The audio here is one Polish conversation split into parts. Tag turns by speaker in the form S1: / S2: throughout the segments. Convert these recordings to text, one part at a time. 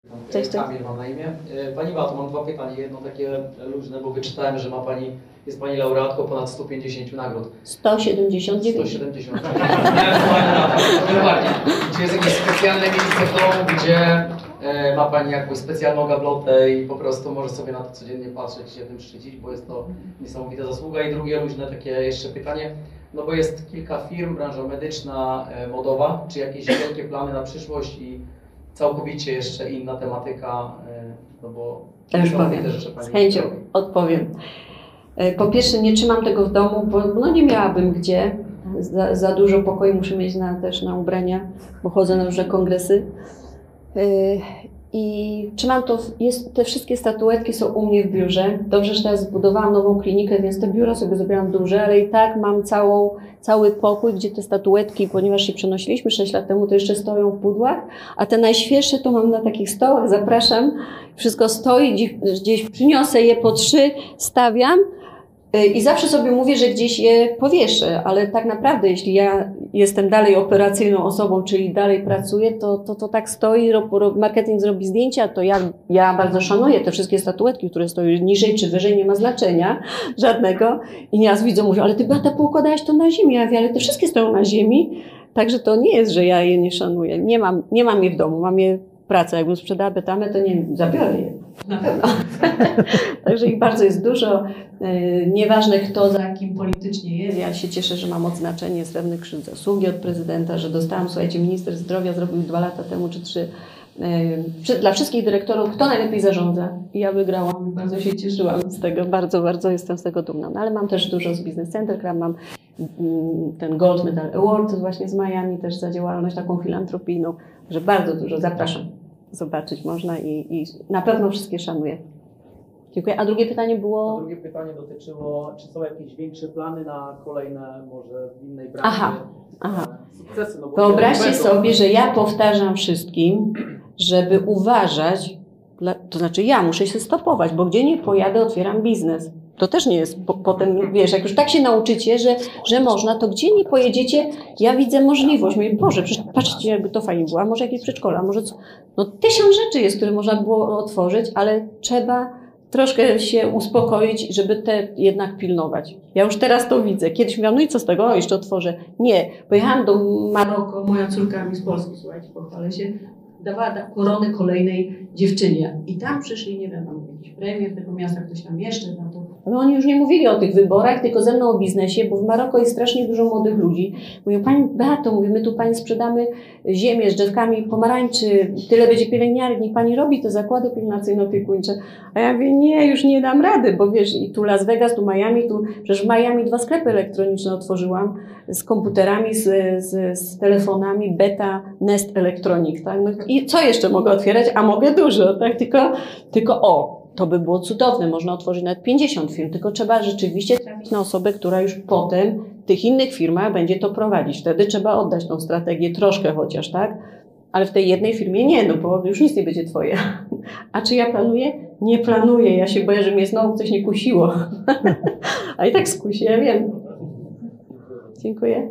S1: Cześć, cześć.
S2: Kamil mam na imię. Pani Beato, mam dwa pytania. Jedno takie luźne, bo wyczytałem, że jest Pani laureatką ponad 150 nagród.
S1: 179.
S2: 170. Czy jest jakieś specjalne miejsce w domu, gdzie ma Pani jakąś specjalną gablotę i po prostu może sobie na to codziennie patrzeć, się tym szczycić, bo jest to niesamowita zasługa. I drugie luźne takie jeszcze pytanie, no bo jest kilka firm, branża medyczna, modowa, czy jakieś wielkie plany na przyszłość i całkowicie jeszcze inna tematyka, no bo
S1: już powiem, z chęcią odpowiem. Po pierwsze, nie trzymam tego w domu, bo no nie miałabym gdzie. Za dużo pokoju muszę mieć też na ubrania, bo chodzę na różne kongresy. I trzymam to, te wszystkie statuetki są u mnie w biurze. Dobrze, że teraz zbudowałam nową klinikę, więc te biuro sobie zrobiłam duże, ale i tak mam cały pokój, gdzie te statuetki, ponieważ się przenosiliśmy 6 lat temu, to jeszcze stoją w pudłach, a te najświeższe to mam na takich stołach, zapraszam, wszystko stoi, gdzieś przyniosę je po 3, stawiam. I zawsze sobie mówię, że gdzieś je powieszę, ale tak naprawdę, jeśli ja jestem dalej operacyjną osobą, czyli dalej pracuję, to tak stoi, marketing zrobi zdjęcia, to ja bardzo szanuję te wszystkie statuetki, które stoją niżej czy wyżej, nie ma znaczenia żadnego. I nieraz widzą, mówią, ale ty Beata poukładałaś to na ziemi, ja mówię, ale te wszystkie stoją na ziemi, także to nie jest, że ja je nie szanuję. Nie mam je w domu, mam je w pracy. Jakbym sprzedała Betamę, to nie zabiorę je. Na pewno. Także ich bardzo jest dużo. Nieważne kto za kim politycznie jest. Ja się cieszę, że mam odznaczenie Srebrny Krzyż Zasługi od prezydenta, że dostałam, słuchajcie, minister zdrowia zrobił 2 lata temu czy 3 dla wszystkich dyrektorów, kto najlepiej zarządza. I ja wygrałam. Bardzo się cieszyłam z tego. Bardzo, bardzo jestem z tego dumna. No, ale mam też dużo z Business Center Club. Mam ten Gold Medal Award właśnie z Miami też za działalność taką filantropijną, że bardzo dużo zapraszam. Zobaczyć można i na pewno wszystkie szanuję. Dziękuję. A drugie pytanie było?
S2: A drugie pytanie dotyczyło, czy są jakieś większe plany na kolejne, może w innej branży?
S1: Aha.
S2: Sukcesy? No bo
S1: wyobraźcie sobie, że ja powtarzam wszystkim, żeby uważać, to znaczy ja muszę się stopować, bo gdzie nie pojadę, otwieram biznes. To też nie jest potem, wiesz, jak już tak się nauczycie, że można, to gdzie nie pojedziecie, ja widzę możliwość. Mówię, Boże, patrzcie, jakby to fajnie było, a może jakieś przedszkola, może co. No 1000 rzeczy jest, które można było otworzyć, ale trzeba troszkę się uspokoić, żeby te jednak pilnować. Ja już teraz to widzę. Kiedyś mówiłam, no i co z tego? O, jeszcze otworzę. Nie. Pojechałam do Maroko, moja córka mi z Polski, słuchajcie, pochwalę się, dawała koronę kolejnej dziewczynie. I tam przyszli, nie wiem, tam jakiś premier tego miasta, ktoś tam jeszcze na to. Ale oni już nie mówili o tych wyborach, tylko ze mną o biznesie, bo w Maroko jest strasznie dużo młodych ludzi. Mówią, pani Beato, mówię, my tu pani sprzedamy ziemię z drzewkami pomarańczy, tyle będzie pielęgniarek, niech pani robi te zakłady pielęgnacyjno-opiekuńcze. A ja mówię, nie, już nie dam rady, bo wiesz, i tu Las Vegas, tu Miami, przecież w Miami 2 sklepy elektroniczne otworzyłam z komputerami, z telefonami, Beta, Nest Electronic, tak? No i co jeszcze mogę otwierać? A mogę dużo, tak? Tylko to by było cudowne, można otworzyć nawet 50 firm, tylko trzeba rzeczywiście trafić na osobę, która już potem w tych innych firmach będzie to prowadzić. Wtedy trzeba oddać tą strategię troszkę chociaż, tak? Ale w tej jednej firmie nie, no bo już nic nie będzie twoje. A czy ja planuję? Nie planuję, ja się boję, że mnie znowu coś nie kusiło. A i tak skusi, ja wiem. Dziękuję.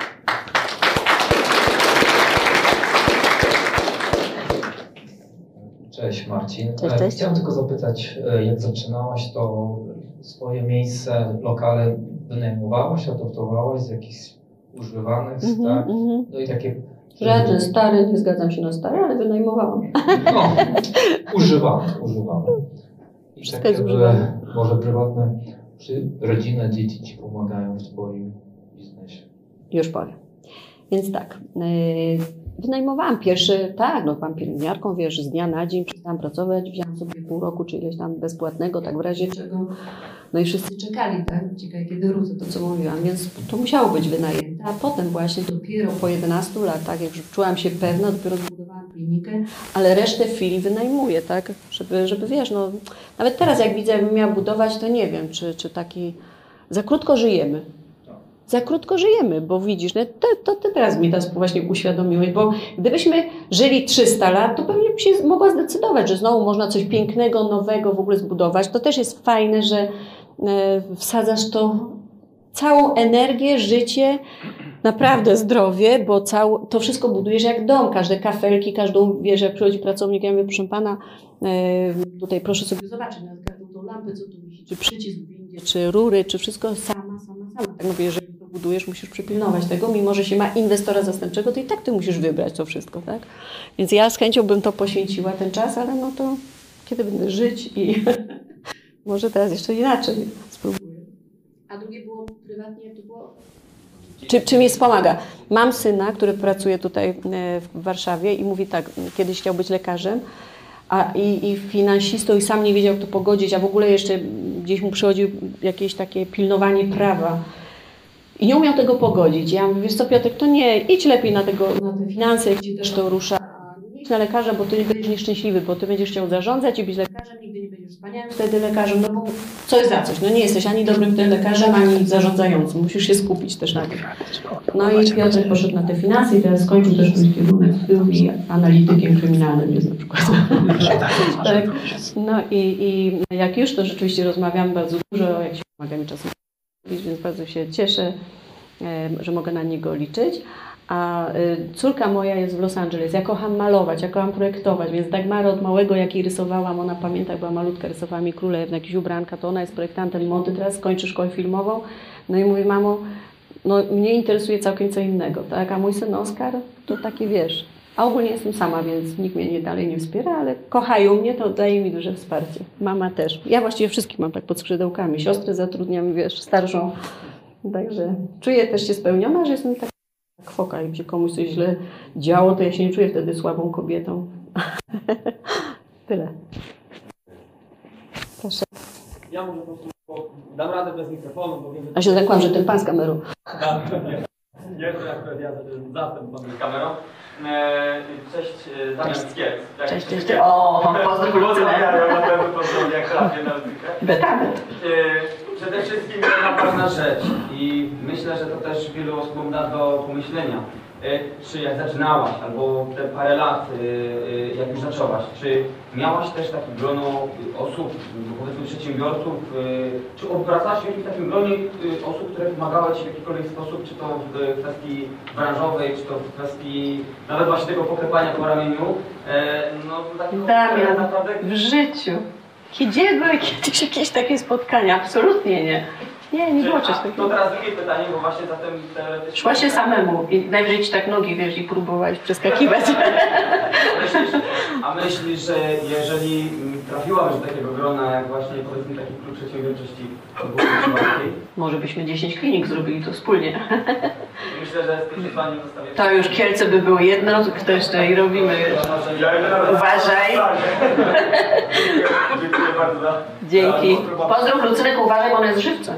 S3: Cześć Marcin.
S1: Cześć.
S3: Chciałem tylko zapytać, jak zaczynałaś, to swoje miejsce, lokale wynajmowałaś, adoptowałaś z jakichś używanych, tak? No i takie...
S1: Żaden stary, nie zgadzam się na stary, ale wynajmowałam.
S3: No, używamy. I
S1: Wszystko
S3: takie
S1: jest używane.
S3: może prywatne, czy rodzina, dzieci ci pomagają w twoim biznesie?
S1: Już powiem. Więc tak, wynajmowałam pierwszy, tak, no byłam pielęgniarką, wiesz, z dnia na dzień przestałam pracować, wziąłam sobie pół roku, czy ileś tam bezpłatnego, tak w razie czego. No i wszyscy czekali, tak, ciekawe kiedy wrócę, to co mówiłam, więc to musiało być wynajęte. A potem właśnie dopiero po 11 latach, jak już czułam się pewna, dopiero zbudowałam klinikę, ale resztę chwili wynajmuję, tak, żeby wiesz, no, nawet teraz jak widzę, jakbym miała budować, to nie wiem, czy taki, za krótko żyjemy. Za krótko żyjemy, bo widzisz, no, to teraz mi to właśnie uświadomiłeś, bo gdybyśmy żyli 300 lat, to pewnie bym się mogła zdecydować, że znowu można coś pięknego, nowego w ogóle zbudować. To też jest fajne, że wsadzasz to całą energię, życie Naprawdę zdrowie, bo to wszystko budujesz jak dom. Każde kafelki, każdą, wiesz, jak przychodzi pracownik, ja mówię, proszę pana, tutaj proszę sobie zobaczyć na każdą tą lampę, co tu wisi, czy przycisk w windzie, czy rury, czy wszystko sama. Tak mówię, jeżeli to budujesz, musisz przypilnować tego, mimo że się ma inwestora zastępczego, to i tak ty musisz wybrać to wszystko, tak? Więc ja z chęcią bym to poświęciła ten czas, ale no to kiedy będę żyć i może teraz jeszcze inaczej spróbuję. A drugie było prywatnie, jak to było? Czy mi wspomaga? Mam syna, który pracuje tutaj w Warszawie i mówi tak, kiedyś chciał być lekarzem, i finansistą i sam nie wiedział, jak to pogodzić, a w ogóle jeszcze gdzieś mu przychodził jakieś takie pilnowanie prawa i nie umiał tego pogodzić. Ja mówię, wiesz co, Piotrek, to nie, idź lepiej na te finanse, gdzie też to rusza, nie idź na lekarza, bo ty nie będziesz nieszczęśliwy, bo ty będziesz chciał zarządzać i być lekarzem, nigdy nie będziesz wspaniałym wtedy lekarzem, no bo coś za coś, no nie jesteś ani dobrym tym lekarzem, ani zarządzającym, musisz się skupić też na tym. No i Piotrek poszedł na te finanse i teraz skończył też mój kierunek, był i analitykiem kryminalnym jest na przykład. Tak. No i jak już, to rzeczywiście rozmawiam bardzo dużo, jak się pomaga mi czasem, więc bardzo się cieszę, że mogę na niego liczyć. A córka moja jest w Los Angeles. Ja kocham malować, ja kocham projektować, więc Dagmara od małego, jak jej rysowałam, ona pamięta, jak była malutka, rysowała mi królewne, jakieś ubranka, to ona jest projektantem mody, teraz kończy szkołę filmową. No i mówi, mamo, no mnie interesuje całkiem co innego, tak? A mój syn Oskar to taki, wiesz, a ogólnie jestem sama, więc nikt mnie dalej nie wspiera, ale kochają mnie, to daje mi duże wsparcie. Mama też. Ja właściwie wszystkich mam tak pod skrzydełkami. Siostrę zatrudniam, wiesz, starszą. Także czuję też się spełniona, że jestem taka kwoka. Jak się komuś coś źle działo, to ja się nie czuję wtedy słabą kobietą. Tyle. Proszę.
S4: Ja może po prostu dam radę bez mikrofonu, bo wiem, że...
S1: A się zakłam, że ten pan z kamerą.
S4: Nie, to akurat ja zastęp pan z kamerą. Cześć, Damian Skiec.
S1: Cześć. O, pozdrów Lucynę.
S4: Pozdrowię, jak trafię na muzykę.
S1: Betament.
S4: Przede wszystkim jedna ważna rzecz i myślę, że to też wielu osobom da do pomyślenia. Czy jak zaczynałaś, albo te parę lat, jak już zaczęłaś, czy miałaś też takie grono osób, powiedzmy przedsiębiorców, czy obracałaś się w takim gronie osób, które pomagały Ci w jakikolwiek sposób, czy to w kwestii branżowej, czy to w kwestii nawet właśnie tego poklepania po ramieniu? No,
S1: Damian,
S4: naprawdę...
S1: w życiu. Gdzie były kiedyś jakieś takie spotkania? Absolutnie nie. Nie było czegoś takiego.
S4: To teraz drugie pytanie, bo właśnie zatem teoretycznie...
S1: Szła się samemu i najwyżej ci tak nogi, wiesz, i próbowałeś przeskakiwać.
S4: A myślisz, że jeżeli trafiłabyś do takiego grona, jak właśnie powiedzmy taki klub przedsiębiorczości, to byłoby łatwiej?
S1: Może byśmy 10 klinik zrobili to wspólnie.
S4: Myślę, że z tym wyzwaniem zostawię...
S1: To już Kielce by było jedno, kto jeszcze i robimy. Uważaj.
S4: Dziękuję bardzo.
S1: Dzięki. Pozdrów Lucynek, uważaj, bo ona jest żywcem.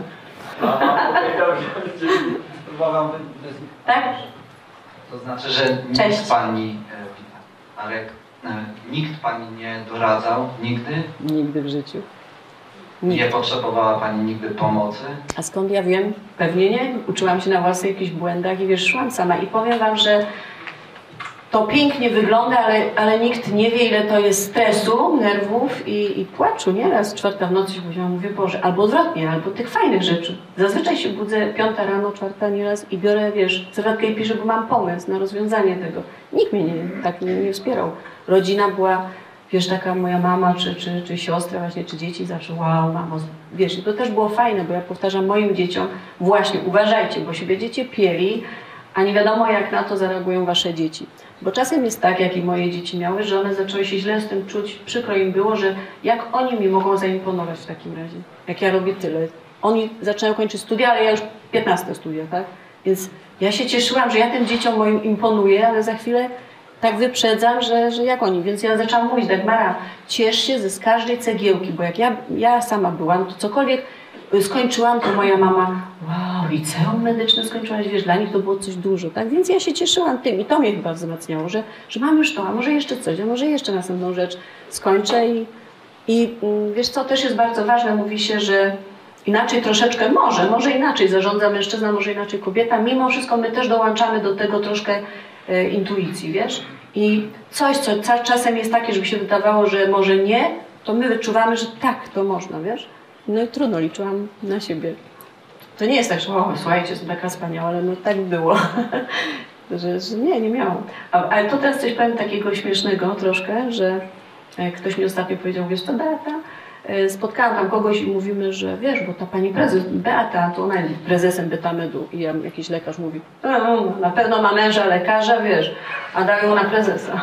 S4: Próbowałam
S1: Tak?
S5: To znaczy, że
S1: Cześć.
S5: nikt Pani, Marek, nikt Pani nie doradzał nigdy?
S1: Nigdy w życiu.
S5: Nie potrzebowała Pani nigdy pomocy?
S1: A skąd ja wiem? Pewnie nie. Uczyłam się na własnych jakichś błędach i wiesz, szłam sama. I powiem Wam, że to pięknie wygląda, ale nikt nie wie, ile to jest stresu, nerwów i płaczu, nie? Raz 4 w nocy się budziłam, mówię, Boże, albo odwrotnie, albo tych fajnych rzeczy. Zazwyczaj się budzę 5 rano, 4 nieraz i biorę, wiesz, serwetkę i piszę, bo mam pomysł na rozwiązanie tego. Nikt mnie nie wspierał. Rodzina była, wiesz, taka moja mama, czy siostra właśnie, czy dzieci zawsze, wow, mamo, wiesz, i to też było fajne, bo ja powtarzam moim dzieciom, właśnie, uważajcie, bo się będziecie pieli, a nie wiadomo, jak na to zareagują wasze dzieci. Bo czasem jest tak, jak i moje dzieci miały, że one zaczęły się źle z tym czuć, przykro im było, że jak oni mi mogą zaimponować w takim razie, jak ja robię tyle. Oni zaczynają kończyć studia, ale ja już 15 studia, tak? Więc ja się cieszyłam, że ja tym dzieciom moim imponuję, ale za chwilę tak wyprzedzam, że jak oni. Więc ja zaczęłam mówić, Dagmara, ciesz się z każdej cegiełki, bo jak ja sama byłam, to cokolwiek skończyłam, to moja mama, wow, liceum medyczne skończyłaś, wiesz, dla nich to było coś dużo, tak? Więc ja się cieszyłam tym i to mnie chyba wzmacniało, że mam już to, a może jeszcze coś, a może jeszcze następną rzecz skończę i wiesz co, też jest bardzo ważne, mówi się, że inaczej troszeczkę, może inaczej zarządza mężczyzna, może inaczej kobieta, mimo wszystko my też dołączamy do tego troszkę intuicji, wiesz? I coś, co czasem jest takie, żeby się wydawało, że może nie, to my wyczuwamy, że tak, to można, wiesz? No i trudno, liczyłam na siebie. To nie jest tak, że o, słuchajcie, jest taka wspaniała, ale no tak było. że nie miałam. Ale to teraz coś powiem takiego śmiesznego troszkę, że ktoś mi ostatnio powiedział, wiesz, to Beata, spotkałam tam kogoś i mówimy, że wiesz, bo ta pani prezes, Beata, to ona jest prezesem Betamedu i jakiś lekarz mówi, no, na pewno ma męża lekarza, wiesz, a dają na prezesa.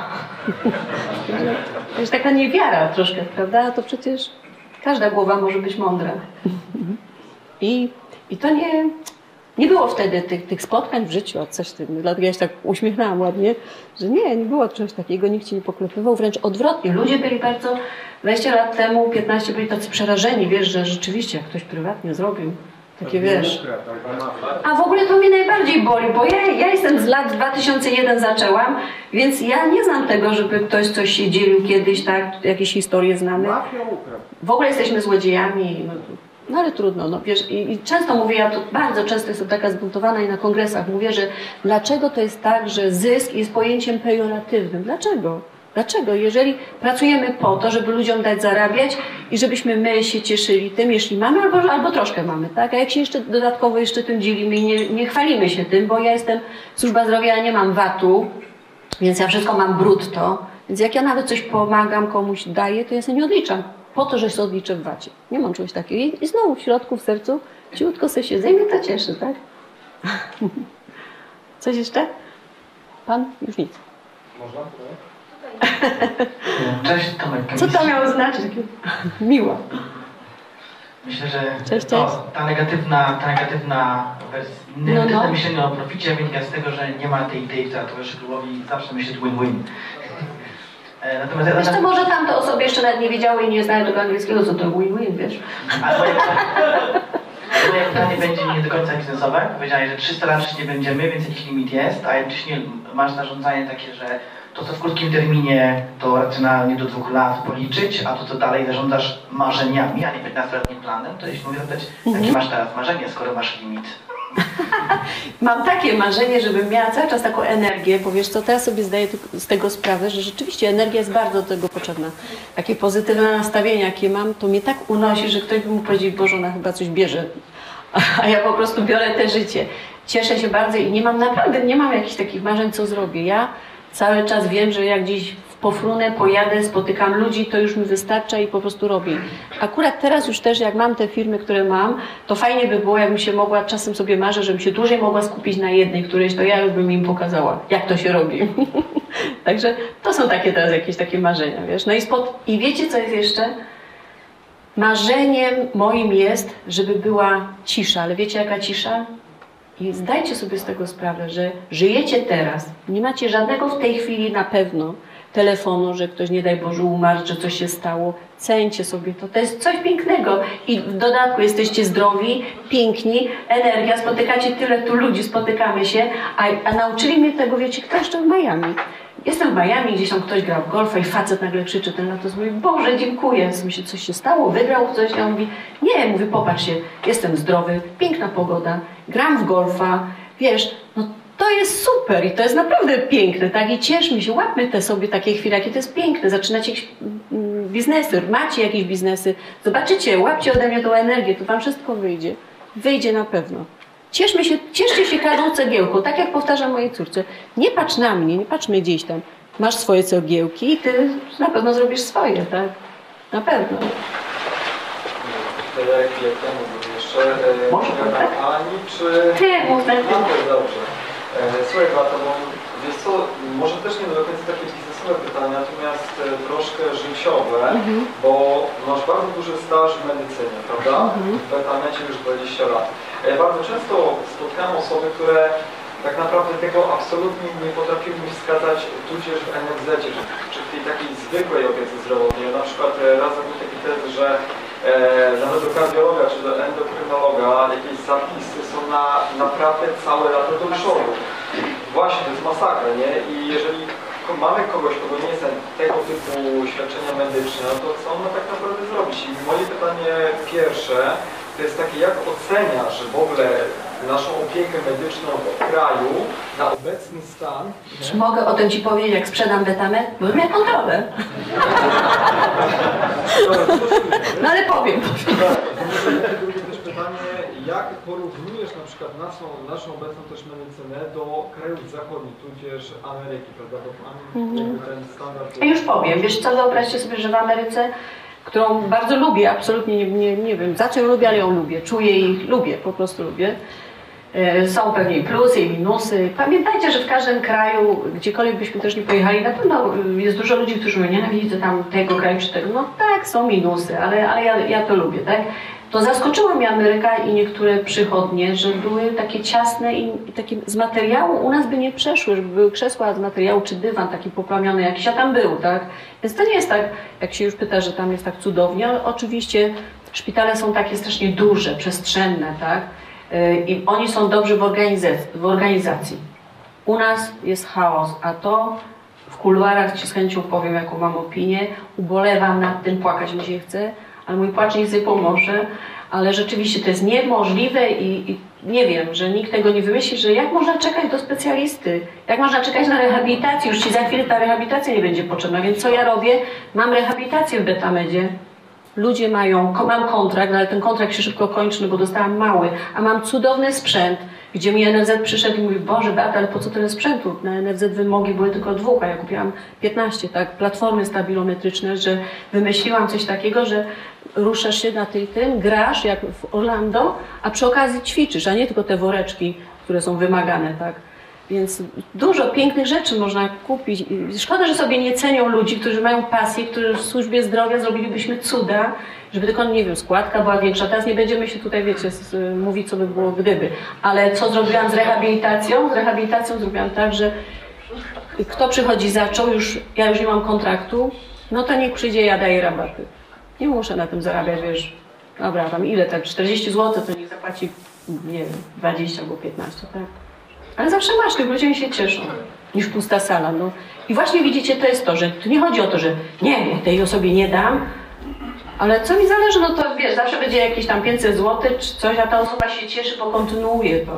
S1: To jest taka niewiara troszkę, prawda? To przecież każda głowa może być mądra. I to nie było wtedy tych spotkań w życiu, a coś tym, dlatego ja się tak uśmiechnęłam ładnie, że nie było czegoś takiego, nikt ci nie poklepywał, wręcz odwrotnie. Ludzie byli bardzo, 20 lat temu, 15 byli tacy przerażeni, wiesz, że rzeczywiście jak ktoś prywatnie zrobił, takie wiesz. A w ogóle to mnie najbardziej boli, bo ja jestem z lat 2001 zaczęłam, więc ja nie znam tego, żeby ktoś coś się dzielił kiedyś, tak, jakieś historie znane. W ogóle jesteśmy złodziejami. No ale trudno, no wiesz, i często mówię, ja to bardzo często jestem taka zbuntowana i na kongresach mówię, że dlaczego to jest tak, że zysk jest pojęciem pejoratywnym? Dlaczego? Dlaczego? Jeżeli pracujemy po to, żeby ludziom dać zarabiać i żebyśmy my się cieszyli tym, jeśli mamy, albo troszkę mamy, tak? A jak się jeszcze dodatkowo tym dzielimy i nie chwalimy się tym, bo ja jestem służba zdrowia, ja nie mam VAT-u, więc ja wszystko mam brutto, więc jak ja nawet coś pomagam, komuś daję, to ja sobie nie odliczam. Po to, że się odliczę w VAT-ie. Nie mam czegoś takiego. I znowu w środku, w sercu, ciutko sobie siedzę i mnie to cieszy, tak? Coś jeszcze? Pan? Już nic.
S6: Można?
S5: Cześć, Tomek.
S1: Co to miało znaczyć? Miło.
S5: Myślę, że
S1: Cześć.
S5: ta negatywna myślenie o proficie wynika z tego, że nie ma tej idei, która towarzyszy klubowi, zawsze myśleć win-win. Natomiast
S1: Jeszcze może tamte osoby jeszcze nawet nie wiedziały i nie znają tego angielskiego, co to win-win, wiesz?
S5: Moje pytanie będzie nie do końca biznesowe. Powiedziałeś, że 300 lat nie będziemy, więc jakiś limit jest, a jednocześnie masz zarządzanie takie, że to co w krótkim terminie to racjonalnie do 2 lat policzyć, a to co dalej zarządzasz marzeniami, a nie 15-letnim planem, to jeśli mogę zapytać, jakie masz teraz marzenie, skoro masz limit?
S1: Mam takie marzenie, żebym miała cały czas taką energię, bo wiesz co, teraz sobie zdaję z tego sprawę, że rzeczywiście energia jest bardzo do tego potrzebna. Takie pozytywne nastawienie, jakie mam, to mnie tak unosi, że ktoś by mógł powiedzieć, Boże, ona chyba coś bierze, a ja po prostu biorę te życie. Cieszę się bardzo i nie mam jakichś takich marzeń, co zrobię. Ja cały czas wiem, że jak gdzieś pofrunę, pojadę, spotykam ludzi, to już mi wystarcza i po prostu robię. Akurat teraz już też, jak mam te firmy, które mam, to fajnie by było, jakbym się mogła, czasem sobie marzę, żebym się dłużej mogła skupić na jednej, którejś, to ja już bym im pokazała, jak to się robi. Także to są takie teraz jakieś takie marzenia, wiesz. No i wiecie, co jest jeszcze? Marzeniem moim jest, żeby była cisza, ale wiecie, jaka cisza? I zdajcie sobie z tego sprawę, że żyjecie teraz, nie macie żadnego w tej chwili na pewno telefonu, że ktoś, nie daj Boże, umarł, że coś się stało. Cencie sobie to. To jest coś pięknego. I w dodatku jesteście zdrowi, piękni, energia, spotykacie tyle tu ludzi, spotykamy się, a nauczyli mnie tego, wiecie, kto jeszcze w Miami. Jestem w Miami, gdzieś tam ktoś grał w golfa i facet nagle krzyczy, ten na to mówi, Boże, dziękuję. Myślę, coś się stało, wygrał coś. Ja mówi, nie, mówi, popatrzcie, jestem zdrowy, piękna pogoda, gram w golfa, wiesz, no to jest super i to jest naprawdę piękne, tak? I cieszmy się, łapmy te sobie takie chwile, jakie to jest piękne. Zaczynacie jakieś biznesy, macie jakieś biznesy, zobaczycie, łapcie ode mnie tą energię, to wam wszystko wyjdzie. Wyjdzie na pewno. Cieszcie się każdą cegiełką, tak jak powtarzam mojej córce. Nie patrz na mnie, nie patrzmy gdzieś tam. Masz swoje cegiełki i ty na pewno zrobisz swoje, tak? Na pewno.
S6: Jeszcze
S1: może tak?
S6: Ani, czy...
S1: Ty, mów na tym.
S6: Dobrze. Słuchaj, Beata, bo wiesz co, może też nie do końca takie biznesowe pytania, natomiast troszkę życiowe, bo masz bardzo duży staż w medycynie, prawda? W Betamecie już 20 lat. Ja bardzo często spotkałem osoby, które tak naprawdę tego absolutnie nie potrafiły mi wskazać tudzież w NFZ-cie, czy w tej takiej zwykłej opiece zdrowotnej. Na przykład raz był taki test, że nawet do kardiologa czy do endokrynologa jakieś zapisy są na naprawdę całe lata do przodu. Właśnie, to jest masakra, nie? I jeżeli mamy kogoś, kogo nie jest tego typu świadczenia medyczne, no to co on ma tak naprawdę zrobić? I moje pytanie pierwsze to jest takie, jak oceniasz w ogóle naszą opiekę medyczną w kraju na obecny stan?
S1: Czy mogę o tym ci powiedzieć, jak sprzedam Betamet? Bo miałem kontrolę. No ale powiem.
S6: Drugie też pytanie, jak porównujesz na przykład naszą obecną też medycynę do krajów zachodnich, tudzież Ameryki, prawda? Bo ten standard...
S1: Ja już powiem, wiesz co, wyobraźcie sobie, że w Ameryce, którą bardzo lubię, absolutnie nie wiem za co ją lubię, ale ją lubię, czuję i lubię, po prostu lubię. Są pewnie i plusy i minusy. Pamiętajcie, że w każdym kraju, gdziekolwiek byśmy też nie pojechali, na pewno jest dużo ludzi, którzy mówią, nienawidzę tam tego kraju czy tego. No tak, są minusy, ale ja to lubię, tak? To zaskoczyła mnie Ameryka i niektóre przychodnie, że były takie ciasne i takie z materiału u nas by nie przeszły, żeby były krzesła z materiału czy dywan taki poplamiony jakiś, a tam był, tak? Więc to nie jest tak, jak się już pyta, że tam jest tak cudownie, ale oczywiście szpitale są takie strasznie duże, przestrzenne, tak? I oni są dobrzy w organizacji. U nas jest chaos, a to w kuluarach ci z chęcią powiem, jaką mam opinię, ubolewam nad tym, płakać mi się chce, ale mój płacz nie sobie pomoże, ale rzeczywiście to jest niemożliwe i nie wiem, że nikt tego nie wymyśli, że jak można czekać do specjalisty, jak można czekać na rehabilitację, już ci za chwilę ta rehabilitacja nie będzie potrzebna, więc co ja robię? Mam rehabilitację w Betamedzie. Ludzie mam kontrakt, ale ten kontrakt się szybko kończy, bo dostałam mały, a mam cudowny sprzęt, gdzie mi NFZ przyszedł i mówi, Boże Beata, ale po co tyle sprzętu? Na NFZ wymogi były tylko 2, a ja kupiłam 15, tak, platformy stabilometryczne, że wymyśliłam coś takiego, że ruszasz się na tym, grasz jak w Orlando, a przy okazji ćwiczysz, a nie tylko te woreczki, które są wymagane, tak. Więc dużo pięknych rzeczy można kupić. Szkoda, że sobie nie cenią ludzi, którzy mają pasję, którzy w służbie zdrowia zrobilibyśmy cuda, żeby tylko, nie wiem, składka była większa. Teraz nie będziemy się tutaj, wiecie, mówić, co by było gdyby. Ale co zrobiłam z rehabilitacją? Z rehabilitacją zrobiłam tak, że kto przychodzi, ja już nie mam kontraktu, no to niech przyjdzie, ja daję rabaty. Nie muszę na tym zarabiać, wiesz, dobra, tam ile, tak 40 zł, to niech zapłaci, nie wiem, 20 albo 15, tak? Ale zawsze masz, tych ludzie się cieszą, niż pusta sala. No. I właśnie widzicie, to jest to, że tu nie chodzi o to, że nie, ja tej osobie nie dam, ale co mi zależy, no to wiesz, zawsze będzie jakieś tam 500 zł czy coś, a ta osoba się cieszy, bo kontynuuje to.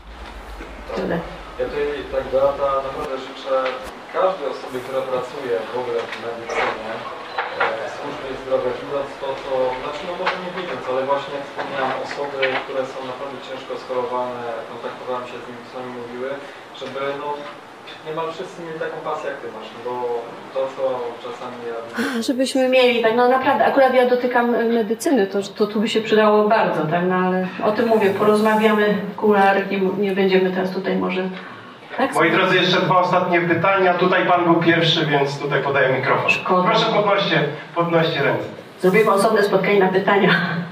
S1: Tyle.
S6: Ja tutaj tak, Beata, naprawdę życzę każdej osobie, która pracuje w ogóle w medycynie, w służbie zdrowia, widząc to, co, znaczy no może nie widząc, ale właśnie jak wspomniałam, osoby, które są naprawdę ciężko schorowane, kontaktowałem się z nimi, co mi mówiły, żeby no niemal wszyscy mieli taką pasję jak ty masz, bo to, co czasami ja...
S1: Żebyśmy mieli, tak, no naprawdę, akurat ja dotykam medycyny, to tu by się przydało bardzo, tak, no ale o tym mówię, porozmawiamy w kuluarach, nie będziemy teraz tutaj może... Tak?
S7: Moi drodzy, jeszcze 2 ostatnie pytania. Tutaj pan był pierwszy, więc tutaj podaję mikrofon.
S1: Szkoda.
S7: Proszę, podnoście ręce.
S1: Zrobimy osobne spotkanie na pytania.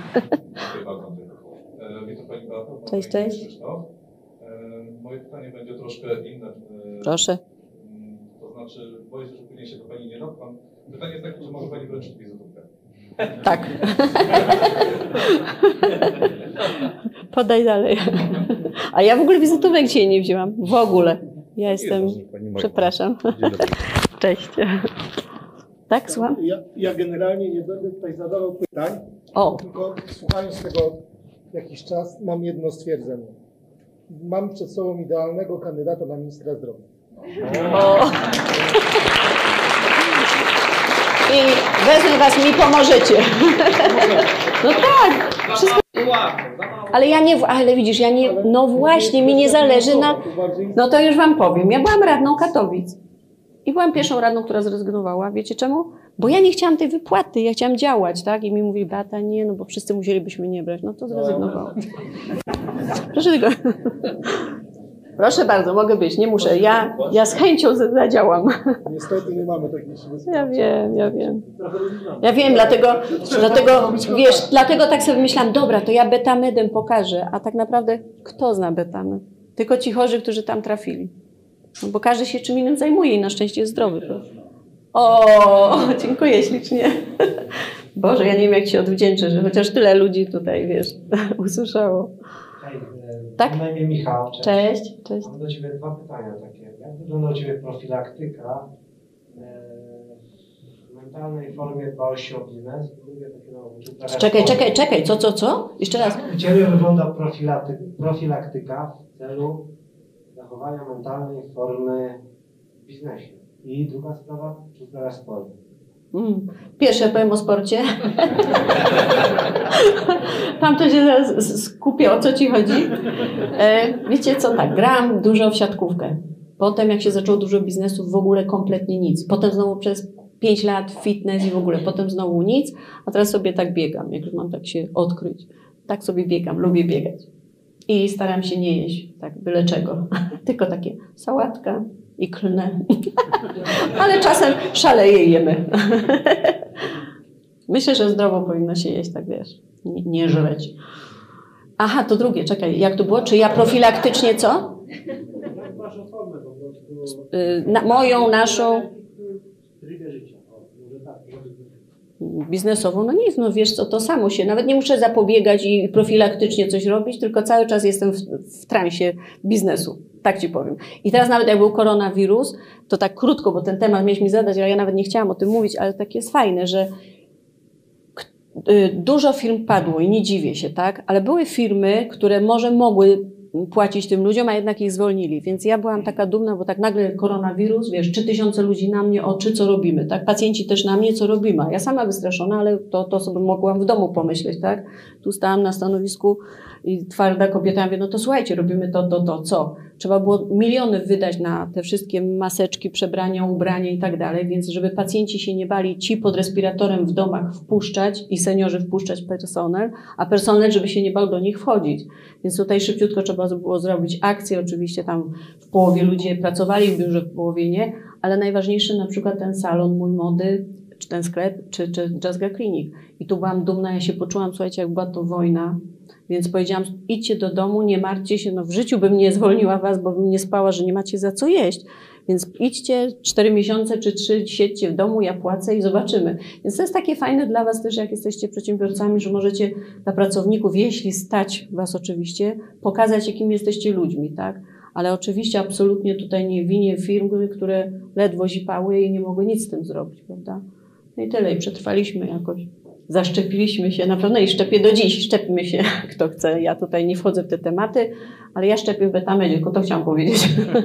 S1: Cześć, cześć.
S8: Moje pytanie będzie troszkę inne.
S1: Proszę.
S8: To znaczy, boję się, że później się do pani nie dopam. Pytanie jest takie, czy może pani wręczyć wizytówkę?
S1: Tak. Podaj dalej. A ja w ogóle wizytówek dzisiaj nie wzięłam. W ogóle. Ja jestem... Przepraszam. Cześć. Tak, słucham?
S9: Ja generalnie nie będę tutaj zadawał pytań, tylko słuchając tego jakiś czas mam jedno stwierdzenie. Mam przed sobą idealnego kandydata na ministra zdrowia.
S1: I wezmę was, mi pomożecie. No tak. Wszystko... Ale widzisz, ja nie, no właśnie, mi nie zależy na... No to już wam powiem. Ja byłam radną Katowic. I byłam pierwszą radną, która zrezygnowała. Wiecie czemu? Bo ja nie chciałam tej wypłaty, ja chciałam działać, tak? I mi mówi, Beata, nie, no bo wszyscy musielibyśmy nie brać. No to zrezygnowałam. Proszę tylko. Proszę bardzo, mogę być, nie muszę. Ja z chęcią zadziałam.
S9: Niestety nie mamy takiej siły.
S1: Ja wiem, dlatego, wiesz, dlatego tak sobie myślałam, dobra, to ja Betamedem pokażę, a tak naprawdę kto zna Betamed? Tylko ci chorzy, którzy tam trafili. No bo każdy się czym innym zajmuje i na szczęście jest zdrowy. O, dziękuję ślicznie. Boże, ja nie wiem, jak ci odwdzięczę, że chociaż tyle ludzi tutaj, wiesz, usłyszało. Tak?
S10: Na imię Michał.
S1: Cześć. Cześć.
S10: Mam do ciebie 2 pytania takie. Jak wygląda u ciebie profilaktyka w mentalnej formie dbałości o biznes?
S1: Czekaj, co? Jeszcze raz.
S10: Jak u ciebie wygląda profilaktyka w celu zachowania mentalnej formy w biznesie? I druga sprawa, czy uprawiasz sport?
S1: Pierwsze powiem o sporcie. Tam to się zaraz skupię, o co ci chodzi. Wiecie co, tak, grałam dużo w siatkówkę. Potem jak się zaczęło dużo biznesów, w ogóle kompletnie nic. Potem znowu przez 5 lat fitness i w ogóle, potem znowu nic, a teraz sobie tak biegam, jak już mam tak się odkryć. Tak sobie biegam, lubię biegać. I staram się nie jeść tak byle czego, tylko takie sałatka i klnę. Ale czasem szaleje i jemy. Myślę, że zdrowo powinno się jeść, tak wiesz, nie żreć. Aha, to drugie, czekaj, jak to było? Czy ja profilaktycznie co? Moją, naszą... Biznesową, no nic, no wiesz co, to samo się, nawet nie muszę zapobiegać i profilaktycznie coś robić, tylko cały czas jestem w transie biznesu, tak ci powiem. I teraz nawet jak był koronawirus, to tak krótko, bo ten temat mieliśmy zadać, ale ja nawet nie chciałam o tym mówić, ale tak jest fajne, że dużo firm padło i nie dziwię się, tak, ale były firmy, które może mogły płacić tym ludziom, a jednak ich zwolnili. Więc ja byłam taka dumna, bo tak nagle koronawirus, wiesz, 3000 ludzi na mnie, oczy, co robimy, tak? Pacjenci też na mnie, co robimy. Ja sama wystraszona, ale to sobie mogłam w domu pomyśleć, tak? Tu stałam na stanowisku i twarda kobieta, ja mówię, no to słuchajcie, robimy to, co? Trzeba było miliony wydać na te wszystkie maseczki, przebrania, ubrania i tak dalej, więc żeby pacjenci się nie bali, ci pod respiratorem w domach wpuszczać i seniorzy wpuszczać personel, a personel, żeby się nie bał do nich wchodzić. Więc tutaj szybciutko trzeba było zrobić akcję, oczywiście tam w połowie ludzie pracowali w biurze, w połowie nie, ale najważniejszy na przykład ten salon mój mody, czy ten sklep, czy Jazzga Clinic. I tu byłam dumna, ja się poczułam, słuchajcie, jak była to wojna, więc powiedziałam, idźcie do domu, nie martwcie się, no w życiu bym nie zwolniła was, bo bym nie spała, że nie macie za co jeść. Więc idźcie 4 miesiące czy 3, siedźcie w domu, ja płacę i zobaczymy. Więc to jest takie fajne dla was też, jak jesteście przedsiębiorcami, że możecie dla pracowników, jeśli stać was oczywiście, pokazać, jakimi jesteście ludźmi, tak? Ale oczywiście absolutnie tutaj nie winię firm, które ledwo zipały i nie mogły nic z tym zrobić, prawda? No i tyle, i przetrwaliśmy jakoś. Zaszczepiliśmy się, na pewno i szczepię do dziś, szczepimy się, kto chce. Ja tutaj nie wchodzę w te tematy, ale ja szczepię w betamedzie, tylko to chciałam powiedzieć.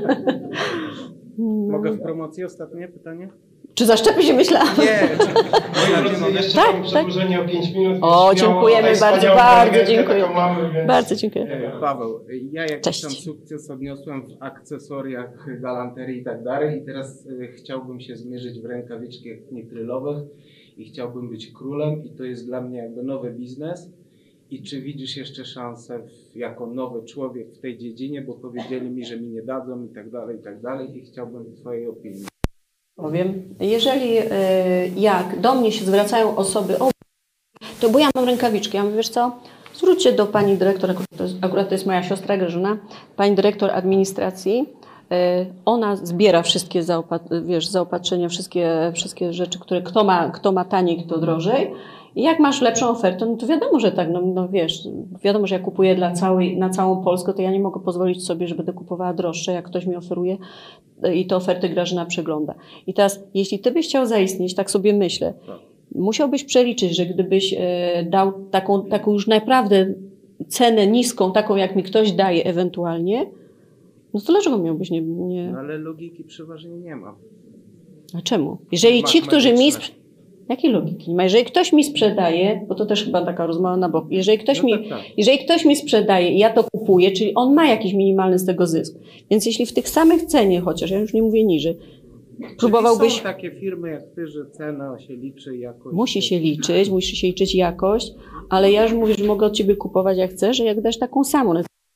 S11: Mogę w promocji ostatnie pytanie?
S1: Czy zaszczepi się, myślałam?
S7: Nie, jeszcze mam przedłużenie o 5 minut.
S1: O, dziękujemy bardzo dziękuję. Bardzo dziękuję.
S11: Paweł, ja jakiś tam sukces odniosłem w akcesoriach, galanterii i tak dalej i teraz chciałbym się zmierzyć w rękawiczkach nitrylowych i chciałbym być królem i to jest dla mnie jakby nowy biznes. I czy widzisz jeszcze szansę jako nowy człowiek w tej dziedzinie, bo powiedzieli mi, że mi nie dadzą i tak dalej i chciałbym twojej opinii.
S1: Powiem, jeżeli jak do mnie się zwracają osoby, to bo ja mam rękawiczki, ja mówię, wiesz co, zwróć się do pani dyrektor, akurat to jest moja siostra Grażyna, pani dyrektor administracji, ona zbiera wszystkie zaopatrzenia, wszystkie rzeczy, które kto ma taniej, kto drożej. I jak masz lepszą ofertę, no to wiadomo, że tak, no wiesz, wiadomo, że ja kupuję na całą Polskę, to ja nie mogę pozwolić sobie, że będę kupowała droższe, jak ktoś mi oferuje i te oferty Grażyna przegląda. I teraz, jeśli ty byś chciał zaistnieć, tak sobie myślę, musiałbyś przeliczyć, że gdybyś dał taką już naprawdę cenę niską, taką jak mi ktoś daje ewentualnie, no to dlaczego miałbyś nie...
S11: No ale logiki przeważnie nie ma.
S1: A czemu? Jeżeli ci, którzy mi... Jakiej logiki nie ma? Jeżeli ktoś mi sprzedaje, bo to też chyba taka rozmowa na bok, jeżeli ktoś mi sprzedaje i ja to kupuję, czyli on ma jakiś minimalny z tego zysk. Więc jeśli w tych samych cenie, chociaż ja już nie mówię niżej, próbowałbyś...
S11: Są takie firmy jak ty, że cena się liczy jakość.
S1: Musi się liczyć jakość, ale ja już mówię, że mogę od ciebie kupować jak chcesz, że jak dasz taką samą.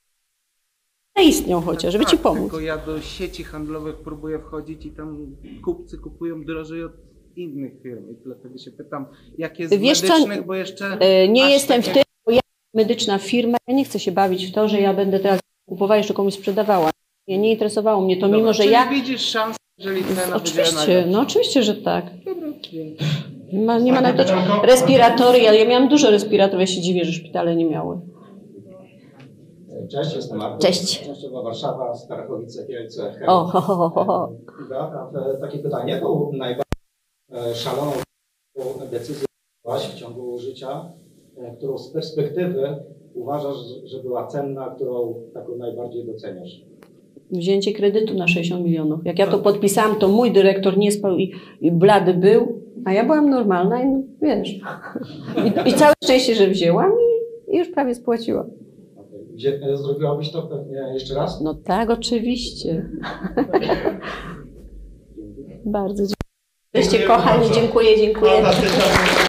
S1: Istnią chociaż, żeby ci pomóc.
S11: Tylko ja do sieci handlowych próbuję wchodzić i tam kupcy kupują drożej od innych firm i dlatego się pytam, jak jest w medycznych, bo jeszcze...
S1: Nie jestem w tym, bo ja medyczna firma, ja nie chcę się bawić w to, że ja będę teraz kupowała, jeszcze komuś sprzedawała. Nie interesowało mnie to,
S11: dobra,
S1: mimo że
S11: czyli
S1: ja...
S11: widzisz szansę, jeżeli cena
S1: oczywiście, no oczywiście, że tak. Nie ma na to respiratory, ale ja miałam dużo respiratorów, ja się dziwię, że szpitale nie miały.
S12: Cześć, jestem Marek.
S1: Cześć.
S12: Częściowo Warszawa, Starachowice, Kielce, Takie pytanie, jaką najbardziej szaloną decyzję w ciągu życia, którą z perspektywy uważasz, że była cenna, którą taką najbardziej doceniasz?
S1: Wzięcie kredytu na 60 milionów. Jak ja to podpisałam, to mój dyrektor nie spał i blady był. A ja byłam normalna i wiesz. I całe szczęście, że wzięłam i już prawie spłaciłam.
S12: Zrobiłabyś to pewnie jeszcze raz?
S1: No tak, oczywiście. Bardzo dziękuję. Kochani, dziękuję.